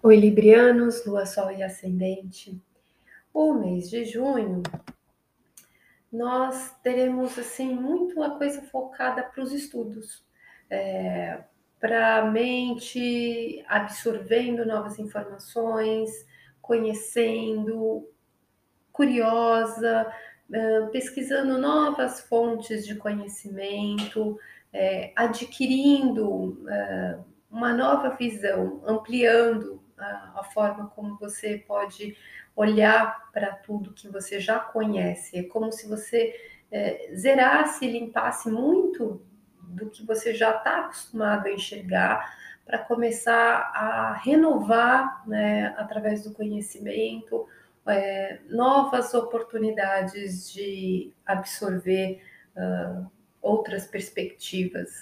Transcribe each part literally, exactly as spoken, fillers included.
Oi, librianos, lua, sol e ascendente. O mês de junho, nós teremos assim muito a coisa focada para os estudos, é, para a mente absorvendo novas informações, conhecendo, curiosa, eh, pesquisando novas fontes de conhecimento, eh, adquirindo eh, uma nova visão, ampliando a, a forma como você pode olhar para tudo que você já conhece. É como se você eh, zerasse e limpasse muito do que você já está acostumado a enxergar para começar a renovar, né, através do conhecimento, é, novas oportunidades de absorver uh, outras perspectivas.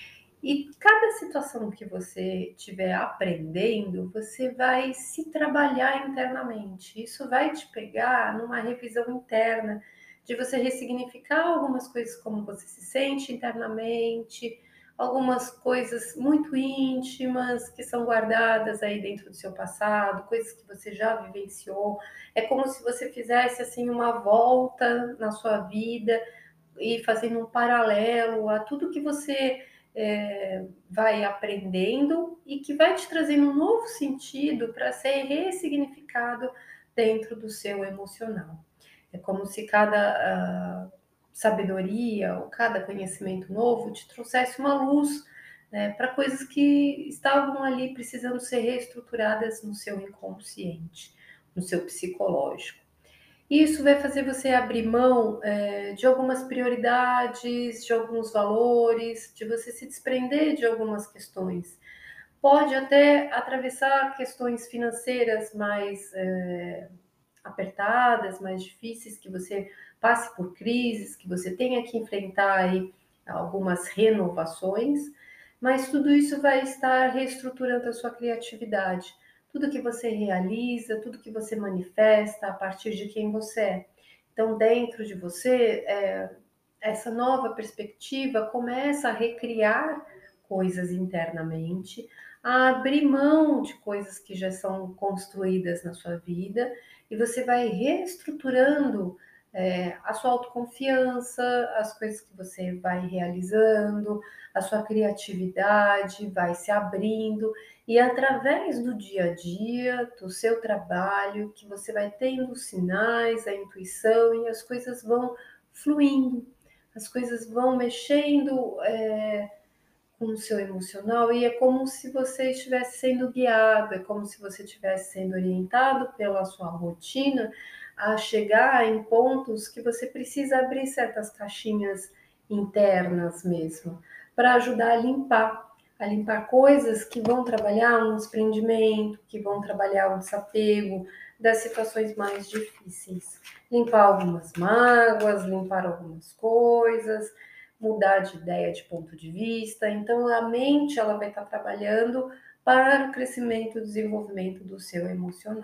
E cada situação que você estiver aprendendo, você vai se trabalhar internamente. Isso vai te pegar numa revisão interna, de você ressignificar algumas coisas como você se sente internamente, algumas coisas muito íntimas que são guardadas aí dentro do seu passado, coisas que você já vivenciou. É como se você fizesse assim uma volta na sua vida e fazendo um paralelo a tudo que você é, vai aprendendo e que vai te trazendo um novo sentido para ser ressignificado dentro do seu emocional. É como se cada uh, sabedoria ou cada conhecimento novo te trouxesse uma luz, né, para coisas que estavam ali precisando ser reestruturadas no seu inconsciente, no seu psicológico. Isso vai fazer você abrir mão é, de algumas prioridades, de alguns valores, de você se desprender de algumas questões. Pode até atravessar questões financeiras mais é, apertadas, mais difíceis, que você passe por crises, que você tenha que enfrentar aí algumas renovações, mas tudo isso vai estar reestruturando a sua criatividade. Tudo que você realiza, tudo que você manifesta a partir de quem você é. Então, dentro de você, é, essa nova perspectiva começa a recriar coisas internamente, a abrir mão de coisas que já são construídas na sua vida, e você vai reestruturando é, a sua autoconfiança, as coisas que você vai realizando, a sua criatividade vai se abrindo, e através do dia a dia, do seu trabalho, que você vai tendo os sinais, a intuição, e as coisas vão fluindo, as coisas vão mexendo é, com o seu emocional, e é como se você estivesse sendo guiado, é como se você estivesse sendo orientado pela sua rotina a chegar em pontos que você precisa abrir certas caixinhas internas mesmo, para ajudar a limpar, a limpar coisas que vão trabalhar um desprendimento, que vão trabalhar o desapego das situações mais difíceis. Limpar algumas mágoas, limpar algumas coisas, mudar de ideia, de ponto de vista. Então, a mente ela vai estar trabalhando para o crescimento e desenvolvimento do seu emocional.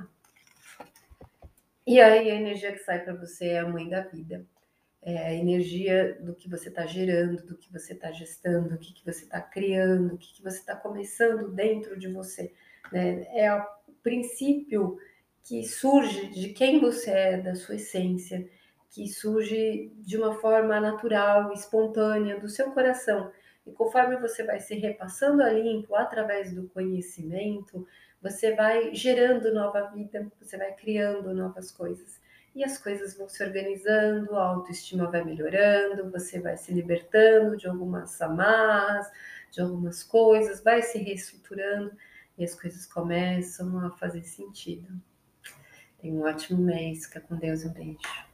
E aí, a energia que sai para você é a mãe da vida. É a energia do que você está gerando, do que você está gestando, do que, que você está criando, do que, que você está começando dentro de você. Né? É o princípio que surge de quem você é, da sua essência, que surge de uma forma natural, espontânea, do seu coração. E conforme você vai se repassando a limpo através do conhecimento, você vai gerando nova vida, você vai criando novas coisas. E as coisas vão se organizando, a autoestima vai melhorando, você vai se libertando de algumas amarras, de algumas coisas, vai se reestruturando e as coisas começam a fazer sentido. Tenha um ótimo mês, fica com Deus, um beijo.